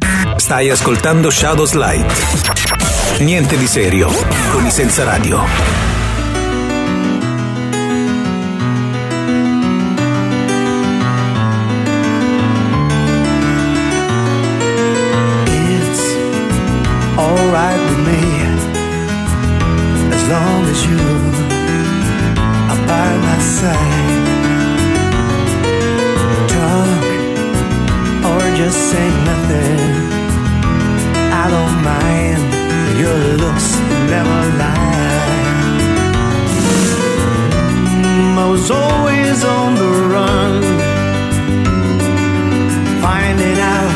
Stai ascoltando Shadows Light. Niente di serio con i Senza Radio. As long as you are by my side, talk or just say nothing, I don't mind. Your looks never lie. I was always on the run, finding out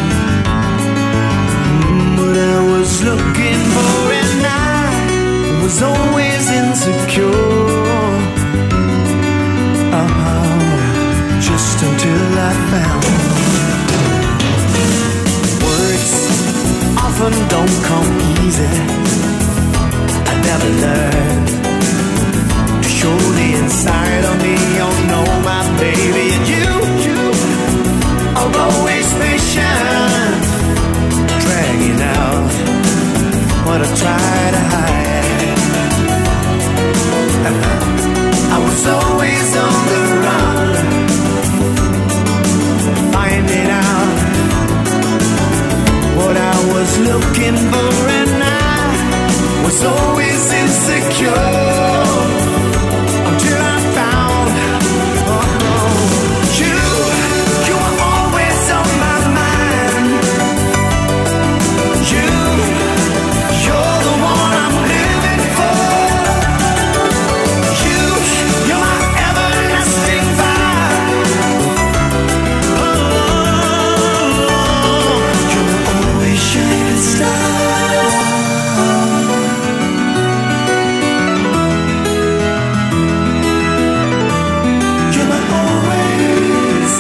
what I was looking for, and I was always insecure. Just until I found words often don't come easy. I never learned to show the inside of me. Oh no, my baby, and you are always patient, dragging out what I try to hide. I was always on the run, finding out what I was looking for, and I was always insecure until I found you. You were always on my mind. You're the one I'm living for. You're my everlasting fire. You're always shining star. You're my always.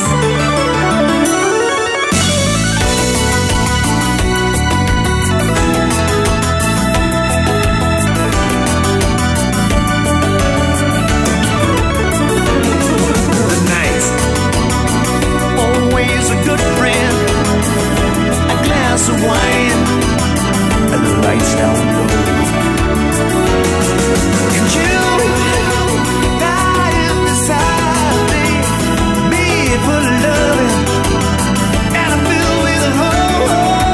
The night, always a good friend. A glass of wine and the lights down low. And you lying beside me for loving, and I'm filled with hope.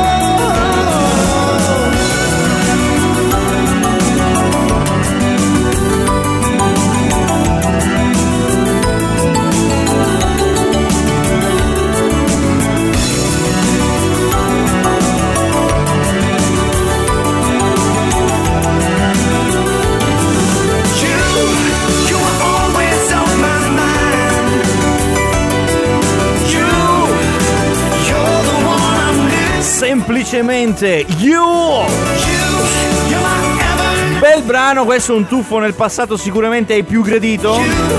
You were always on my mind. You're the one I'm living. Semplicemente You! You're my ever. Bel brano, questo è un tuffo nel passato sicuramente ai più gradito.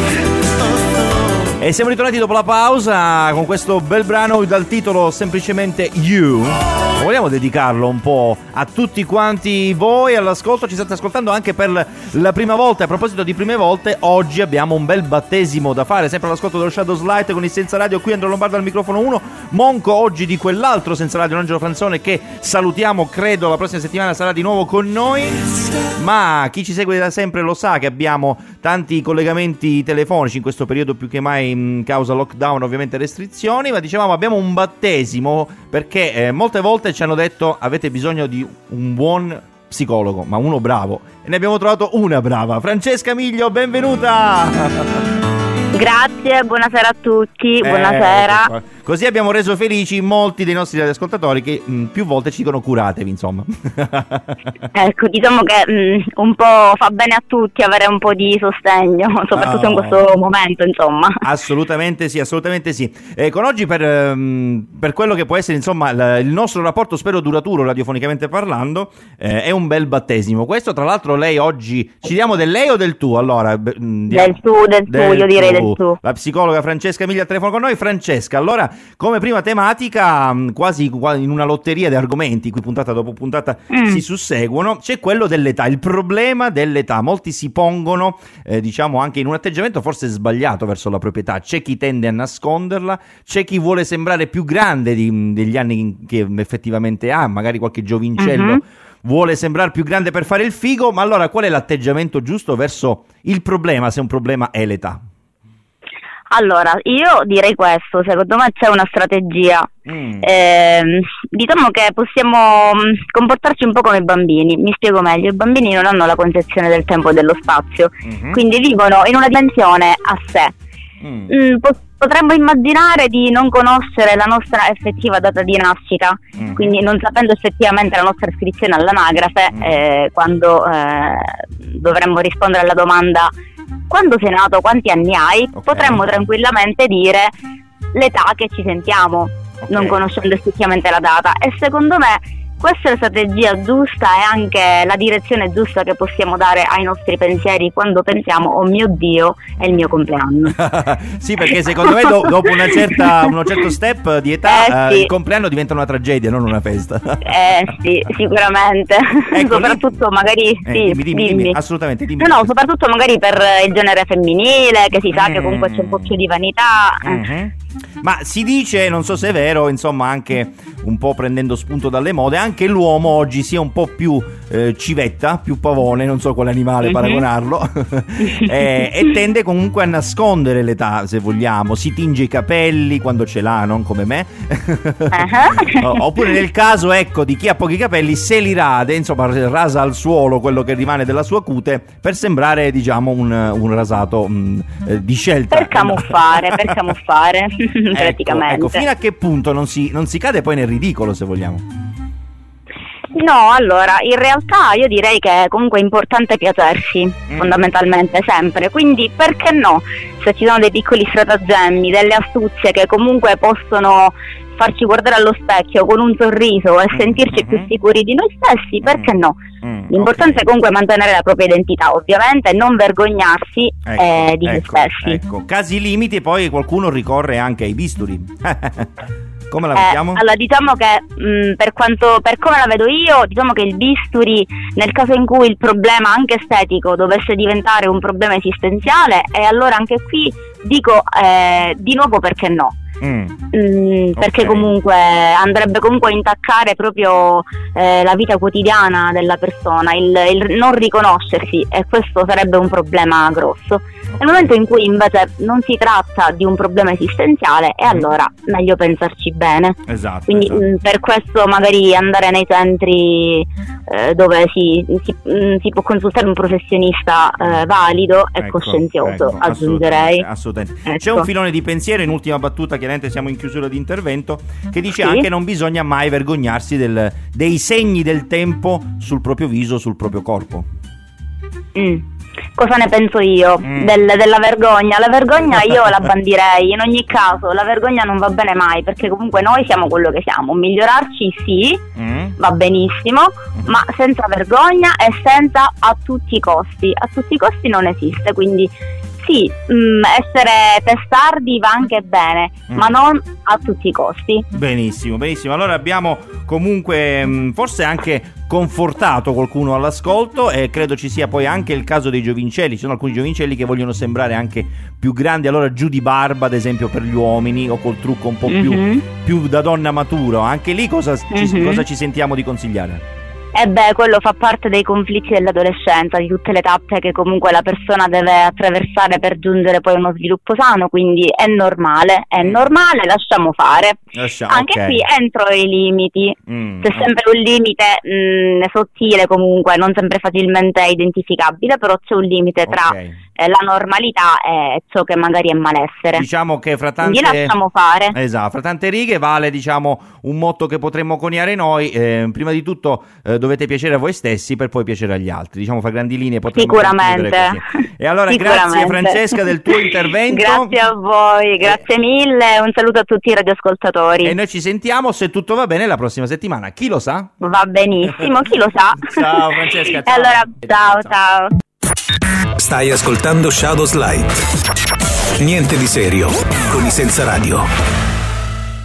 E siamo ritornati dopo la pausa con questo bel brano dal titolo semplicemente You. Vogliamo dedicarlo un po' a tutti quanti voi all'ascolto. Ci state ascoltando anche per la prima volta. A proposito di prime volte, oggi abbiamo un bel battesimo da fare, sempre all'ascolto dello Shadows Light con il Senza Radio. Qui Andrea Lombardo al microfono 1, Monco oggi di quell'altro Senza Radio, Angelo Franzone, che salutiamo, credo la prossima settimana sarà di nuovo con noi. Ma chi ci segue da sempre lo sa che abbiamo tanti collegamenti telefonici in questo periodo, più che mai causa lockdown, ovviamente restrizioni. Ma dicevamo abbiamo un battesimo perché molte volte ci hanno detto avete bisogno di un buon psicologo, ma uno bravo, e ne abbiamo trovato una brava. Francesca Miglio, benvenuta. Grazie, buonasera a tutti, buonasera. Così abbiamo reso felici molti dei nostri ascoltatori che più volte ci dicono curatevi, insomma. Ecco, diciamo che un po' fa bene a tutti avere un po' di sostegno, soprattutto in questo momento, insomma. Assolutamente sì, assolutamente sì. Con oggi per quello che può essere, insomma, il nostro rapporto, spero duraturo radiofonicamente parlando, è un bel battesimo. Questo, tra l'altro, lei oggi ci diamo del lei o del tu? Allora, del tu, io direi del tu. La psicologa Francesca Miglia al telefono con noi. Francesca, allora come prima tematica, quasi in una lotteria di argomenti, qui puntata dopo puntata si susseguono, c'è quello dell'età, il problema dell'età. Molti si pongono, diciamo, anche in un atteggiamento forse sbagliato verso la proprietà. C'è chi tende a nasconderla, c'è chi vuole sembrare più grande degli anni che effettivamente ha, magari qualche giovincello vuole sembrare più grande per fare il figo. Ma allora qual è l'atteggiamento giusto verso il problema, se un problema è l'età? Allora, io direi questo, secondo me c'è una strategia. Diciamo che possiamo comportarci un po' come i bambini. Mi spiego meglio: i bambini non hanno la concezione del tempo e dello spazio, quindi vivono in una dimensione a sé. Potremmo immaginare di non conoscere la nostra effettiva data di nascita, quindi non sapendo effettivamente la nostra iscrizione all'anagrafe, quando dovremmo rispondere alla domanda quando sei nato, quanti anni hai, potremmo tranquillamente dire l'età che ci sentiamo, non conoscendo effettivamente la data. E secondo me questa è la strategia giusta e anche la direzione giusta che possiamo dare ai nostri pensieri quando pensiamo oh mio Dio è il mio compleanno. Sì, perché secondo me dopo uno certo step di età il compleanno diventa una tragedia, non una festa. Sì, sicuramente. Ecco, soprattutto magari dimmi. Assolutamente, dimmi. No, soprattutto magari per il genere femminile, che si sa che comunque c'è un po' più di vanità. Ma si dice, non so se è vero, insomma, anche un po' prendendo spunto dalle mode, anche l'uomo oggi sia un po' più civetta, più pavone, non so quale animale paragonarlo, e tende comunque a nascondere l'età, se vogliamo. Si tinge i capelli quando ce l'ha, non come me. Oppure nel caso, ecco, di chi ha pochi capelli, se li rade, insomma, rasa al suolo quello che rimane della sua cute per sembrare, diciamo, un rasato di scelta. Per camuffare. Praticamente. Ecco, fino a che punto non si cade poi nel ridicolo, se vogliamo? No, allora, in realtà io direi che comunque è importante piacersi, fondamentalmente, sempre. Quindi perché no? Se ci sono dei piccoli stratagemmi, delle astuzie che comunque possono farci guardare allo specchio con un sorriso e sentirci più sicuri di noi stessi, perché no? L'importante è comunque mantenere la propria identità, ovviamente, e non vergognarsi di se stessi. Ecco, casi limiti, poi qualcuno ricorre anche ai bisturi. Come la mettiamo? Allora, diciamo che per come la vedo io, diciamo che il bisturi, nel caso in cui il problema anche estetico dovesse diventare un problema esistenziale, e allora anche qui dico di nuovo perché no? Perché comunque andrebbe comunque a intaccare proprio la vita quotidiana della persona, il non riconoscersi, e questo sarebbe un problema grosso. Nel momento in cui invece non si tratta di un problema esistenziale, e allora meglio pensarci bene. Esatto. Quindi per questo magari andare nei centri dove si può consultare un professionista valido e coscienzioso, aggiungerei. Assolutamente. Ecco. C'è un filone di pensiero in ultima battuta, chiaramente siamo in chiusura di intervento, che dice anche non bisogna mai vergognarsi dei segni del tempo sul proprio viso, sul proprio corpo. Cosa ne penso io della vergogna? La vergogna io la bandirei in ogni caso. La vergogna non va bene mai, perché comunque noi siamo quello che siamo. Migliorarci sì, va benissimo, ma senza vergogna e senza a tutti i costi. A tutti i costi non esiste, quindi sì, essere testardi va anche bene, ma non a tutti i costi. Benissimo. Allora abbiamo comunque forse anche confortato qualcuno all'ascolto, e credo ci sia poi anche il caso dei giovincelli. Ci sono alcuni giovincelli che vogliono sembrare anche più grandi, allora giù di barba, ad esempio, per gli uomini, o col trucco un po' più da donna maturo. Anche lì cosa ci sentiamo di consigliare? Quello fa parte dei conflitti dell'adolescenza, di tutte le tappe che comunque la persona deve attraversare per giungere poi a uno sviluppo sano, quindi è normale, lasciamo fare. Anche qui entro i limiti, c'è sempre un limite sottile, comunque non sempre facilmente identificabile, però c'è un limite tra la normalità e ciò che magari è malessere. Diciamo che fra tante, quindi lasciamo fare. Esatto, fra tante righe vale, diciamo, un motto che potremmo coniare noi: prima di tutto dovete piacere a voi stessi per poi piacere agli altri. Diciamo, fra grandi linee potremmo sicuramente così. E allora grazie Francesca del tuo intervento. Grazie a voi, grazie mille, un saluto a tutti i radioascoltatori. E noi ci sentiamo, se tutto va bene, la prossima settimana. Chi lo sa? Va benissimo, chi lo sa. Ciao Francesca, ciao. E allora ciao. Stai ascoltando Shadows Light. Niente di serio con i Senza Radio.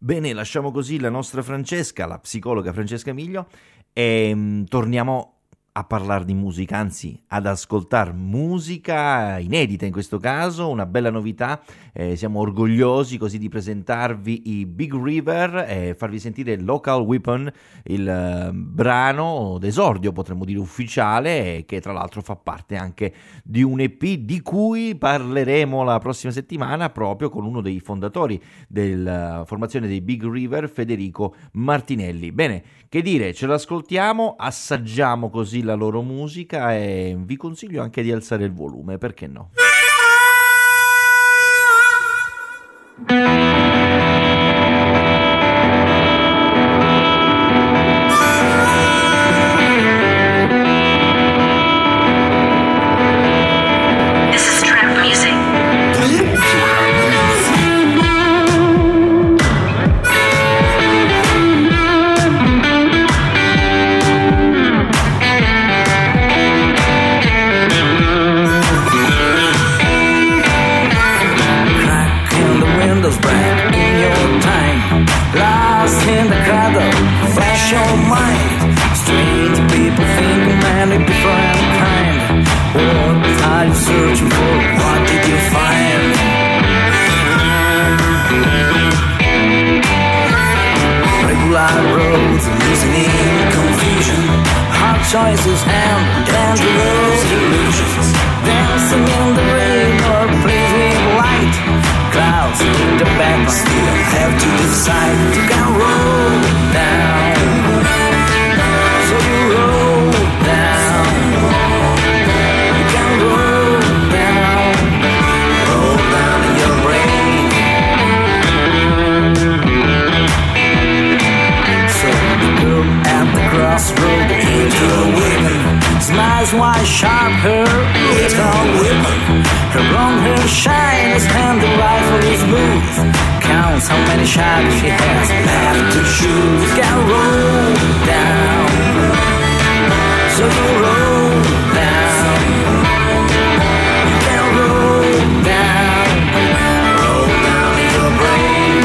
Bene, lasciamo così la nostra Francesca, la psicologa Francesca Miglio, e torniamo a parlare di musica, anzi ad ascoltare musica inedita in questo caso, una bella novità. Siamo orgogliosi così di presentarvi i Big River e farvi sentire Local Weapon, il brano d'esordio, potremmo dire ufficiale, che tra l'altro fa parte anche di un EP di cui parleremo la prossima settimana proprio con uno dei fondatori della formazione dei Big River, Federico Martinelli. Bene, che dire, ce l'ascoltiamo, assaggiamo così la loro musica e vi consiglio anche di alzare il volume, perché no? Choices and dangerous illusions, dancing in the rain or please with light. Clouds in the back, still have to decide. You can roll down, so you roll down. You can roll down in your brain. So the girl at the crossroad, smiles while sharp her little weapon. Her blonde hair shines and the rifle is smooth. Counts how many shots she has left to shoot. You can roll down, so you roll down. You can roll down in your brain.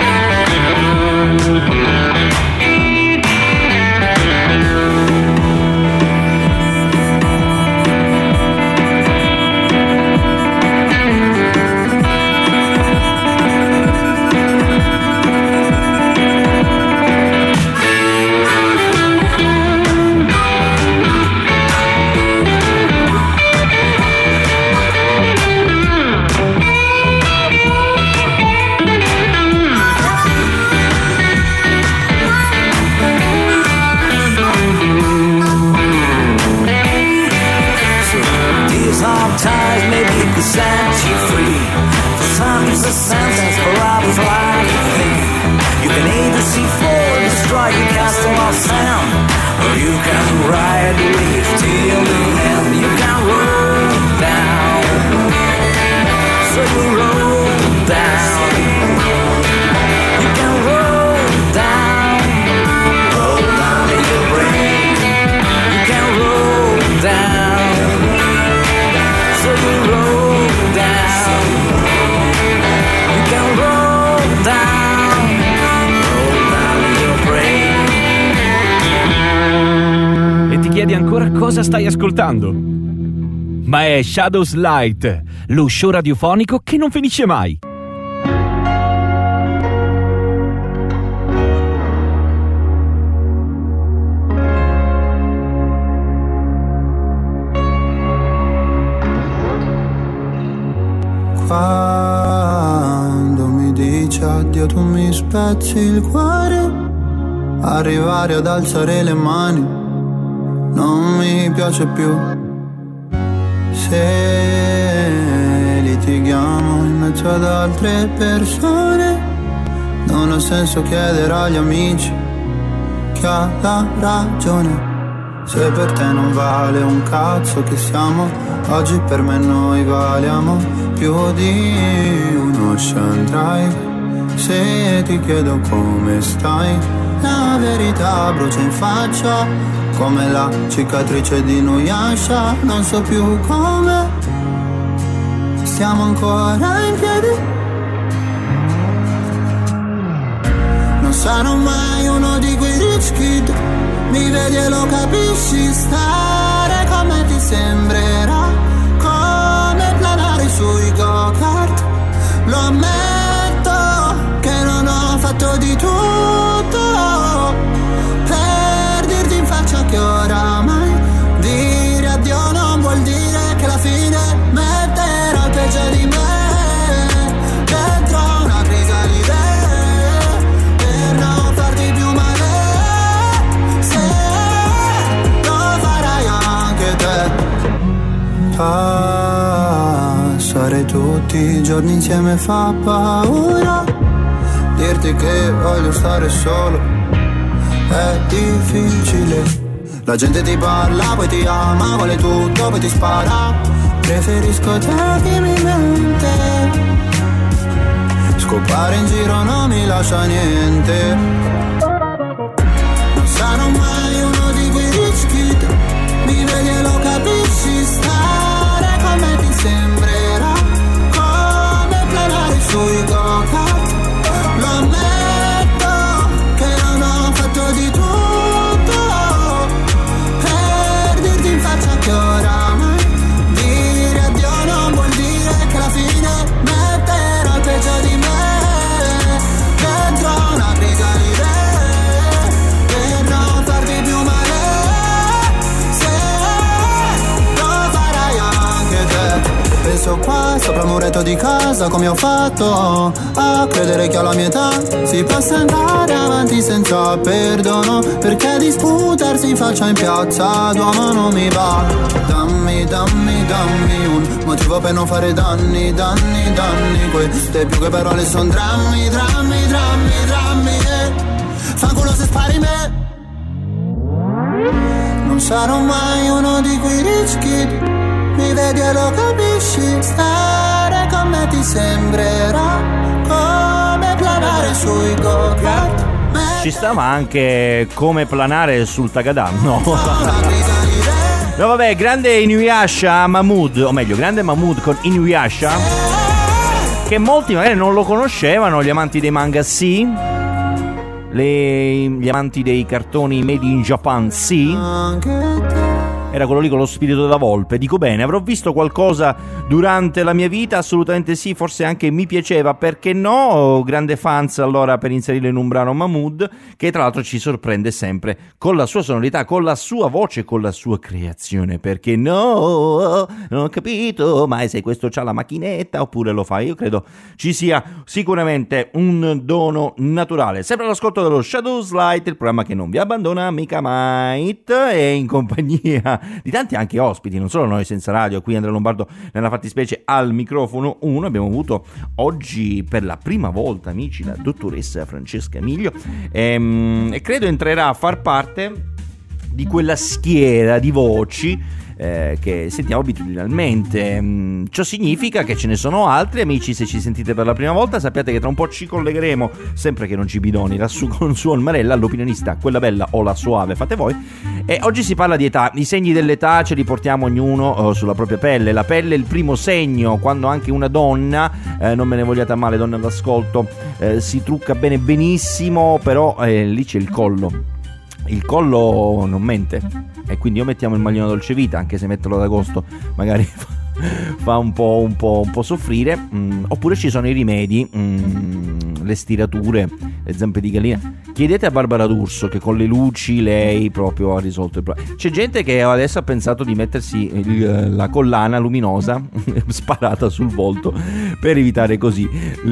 Set you free. For some it's a sentence, for others life a thing. You can either see forward, destroy your castle of sound, or you can ride the wave till the end. You can roll down, so you roll down. You can roll down in your brain. You can roll down, so you roll. E ti chiedi ancora cosa stai ascoltando? Ma è Shadows Light, lo show radiofonico che non finisce mai. Quando mi dici addio tu mi spezzi il cuore. Arrivare ad alzare le mani non mi piace più. Se litighiamo in mezzo ad altre persone, non ha senso chiedere agli amici chi ha la ragione. Se per te non vale un cazzo che siamo, oggi per me noi valiamo più di un Ocean Drive. Se ti chiedo come stai, la verità brucia in faccia come la cicatrice di Nuyasha. Non so più come stiamo ancora in piedi. sarò mai uno di quei rich kid, mi vedi e lo capisci, stare con me ti sembrerà come planare sui go-kart. Lo ammetto che non ho fatto di tutto per dirti in faccia che oramai dire addio non vuol dire che alla fine metterò il peggio di me dentro una crisalide per non farti più male, se lo farai anche te. Passare tutti i giorni insieme fa paura, dirti che voglio stare solo è difficile. La gente ti parla, poi ti ama, vuole tutto, poi ti spara. Preferisco te che mi mente. Scopare in giro non mi lascia niente. Non sarò mai uno di quei rich kid, mi vedi e lo capisci, stare con me ti sembrerà come planare sui go-kart. Lo ammetto che non ho fatto di tutto per dirti in faccia che oramai dire addio non vuol dire che alla fine metterò il peggio di me dentro una crisalide per non farti più male, se lo farai anche te. Penso qua sopra il muretto di casa come ho fatto a credere che alla mia età si possa andare avanti senza perdono, perché disputarsi in faccia in piazza d'uomo non mi va. Dammi, dammi, dammi un motivo per non fare danni, danni, danni. Queste più che parole son drammi, drammi, drammi, drammi, fanculo se spari me. Non sarò mai uno di quei rich kid, mi vedi e lo capisci, stare con me ti sembrerà come planare sui go-kart. Ci stava anche come planare sul Tagadan, no? No vabbè, grande Inuyasha Mahmood, o meglio, grande Mahmood con Inuyasha, che molti magari non lo conoscevano, gli amanti dei manga sì, gli amanti dei cartoni made in Japan sì. Era quello lì con lo spirito della volpe. Dico bene, avrò visto qualcosa durante la mia vita? Assolutamente sì, forse anche mi piaceva, perché no? Grande fans allora per inserirlo in un brano Mahmood, che tra l'altro ci sorprende sempre con la sua sonorità, con la sua voce, con la sua creazione. Perché no? Non ho capito, ma se questo c'ha la macchinetta oppure lo fa? Io credo ci sia sicuramente un dono naturale. Sempre all'ascolto dello Shadows Light, il programma che non vi abbandona mica mai, e in compagnia di tanti anche ospiti, non solo noi senza radio, qui Andrea Lombardo nella fattispecie al microfono 1. Abbiamo avuto oggi per la prima volta, amici, la dottoressa Francesca Miglio, e credo entrerà a far parte di quella schiera di voci che sentiamo abitudinalmente. Ciò significa che ce ne sono altri. Amici, se ci sentite per la prima volta, sappiate che tra un po' ci collegheremo, sempre che non ci bidoni, lassù con Suon Marella, l'opinionista, quella bella o la suave, fate voi. E oggi si parla di età. I segni dell'età ce li portiamo ognuno sulla propria pelle. La pelle è il primo segno, quando anche una donna, non me ne vogliate a male donne all'ascolto, si trucca bene benissimo, però lì c'è il collo. Il collo non mente, e quindi o mettiamo il maglione dolce vita, anche se metterlo ad agosto magari fa un po' soffrire, oppure ci sono i rimedi, le stirature, le zampe di gallina. Chiedete a Barbara D'Urso, che con le luci lei proprio ha risolto il problema. C'è gente che adesso ha pensato di mettersi la collana luminosa sparata sul volto per evitare così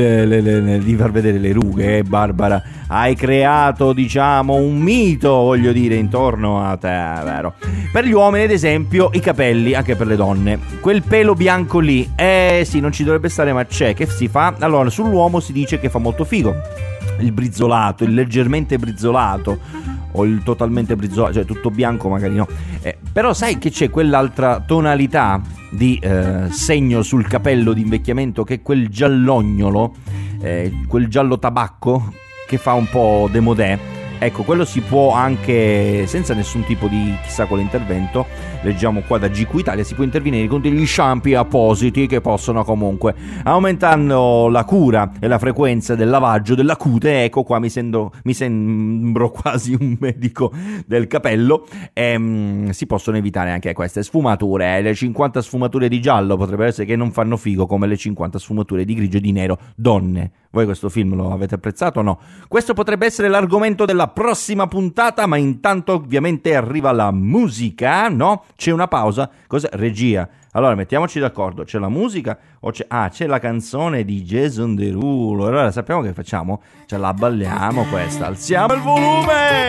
di far vedere le rughe. Barbara, hai creato, diciamo, un mito, voglio dire, intorno a te, vero? Per gli uomini, ad esempio, i capelli, anche per le donne, quel pelo bianco lì, sì, non ci dovrebbe stare, ma c'è. Che si fa? Allora, sull'uomo si dice che fa molto figo il brizzolato, il leggermente brizzolato o il totalmente brizzolato, cioè tutto bianco magari no, però sai che c'è quell'altra tonalità di segno sul capello di invecchiamento, che è quel giallognolo, quel giallo tabacco che fa un po' démodé. Ecco, quello si può anche senza nessun tipo di chissà quale intervento. Leggiamo qua da GQ Italia, si può intervenire con degli shampoo appositi che possono comunque aumentando la cura e la frequenza del lavaggio della cute. Ecco qua mi sembro quasi un medico del capello. Si possono evitare anche queste sfumature, le 50 sfumature di giallo potrebbero essere che non fanno figo come le 50 sfumature di grigio e di nero. Donne, voi questo film lo avete apprezzato o no? Questo potrebbe essere l'argomento della prossima puntata, ma intanto ovviamente arriva la musica, no? C'è una pausa. Cosa? Regia. Allora mettiamoci d'accordo, c'è la musica o c'è la canzone di Jason Derulo. Allora sappiamo che facciamo? Ce la balliamo questa. Alziamo il volume!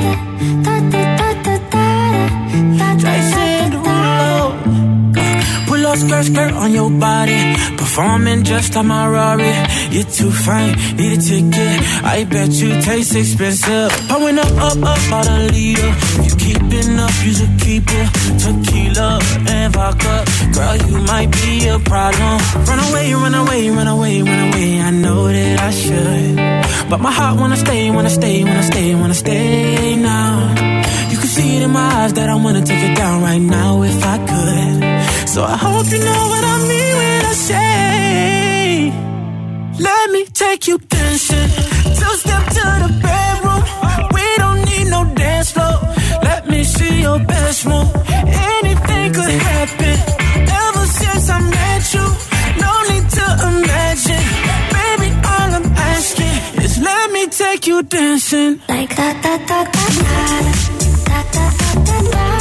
Jason Derulo, pull up skirt on your body, performing just like my Rari. You're too fine, need a ticket. I bet you taste expensive. Pouring up about a liter. If you keeping up, you should keep it. Tequila and vodka, girl, you might be a problem. Run away, run away, run away, run away. I know that I should, but my heart wanna stay, wanna stay, wanna stay, wanna stay now. You can see it in my eyes that I wanna take it down right now if I could. So I hope you know what I mean when I say, let me take you dancing. Two-step to the bedroom. We don't need no dance floor. Let me see your best move. Anything could happen. Ever since I met you, no need to imagine. Baby, all I'm asking is let me take you dancing. Like da da da da da da da da da da.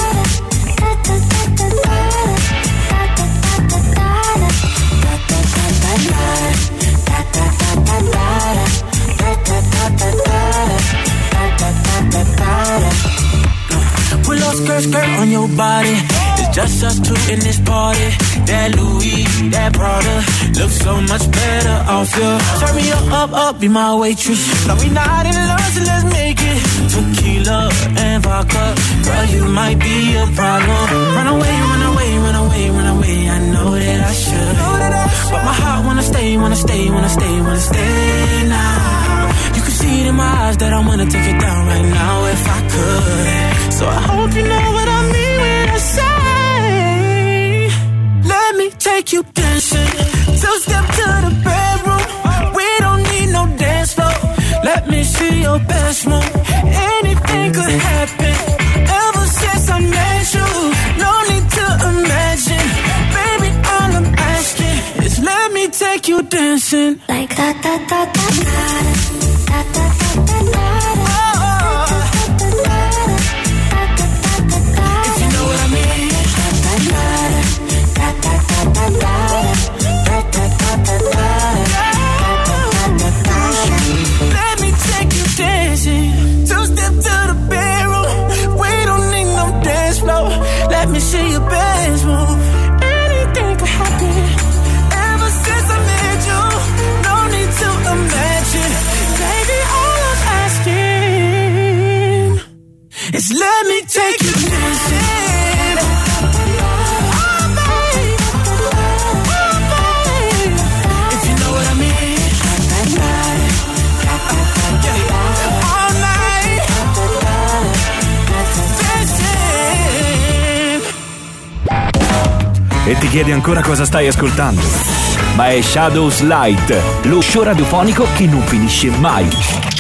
Pull up skirt on your body. It's just us two in this party. That Louis, that Prada looks so much better off you. Turn me up, be my waitress. No, we not in love, so let's make it. Tequila and vodka, girl, you might be a problem. Run away, run away, run away, run away. I know that I should, but my heart wanna stay, wanna stay, wanna stay, wanna stay now. You can see it in my eyes that I wanna take it down right now if I could. So I hope you know what I mean when I say, let me take you dancing. Two-step to the bedroom. We don't need no dance floor. Let me see your best move. Anything could happen. Ever since I met you, no need to imagine. Baby, all I'm asking is let me take you dancing. Like da da da da da da da da da. If you know what I mean. Let me take you dancing. Two-step to the bedroom. We don't need no dance floor. Let me see your best move. Anything could happen. Ever since I met you, no need to imagine. Baby, all I'm asking is let me take you dancing. E ti chiedi ancora cosa stai ascoltando? Ma è Shadows Light, lo show radiofonico che non finisce mai.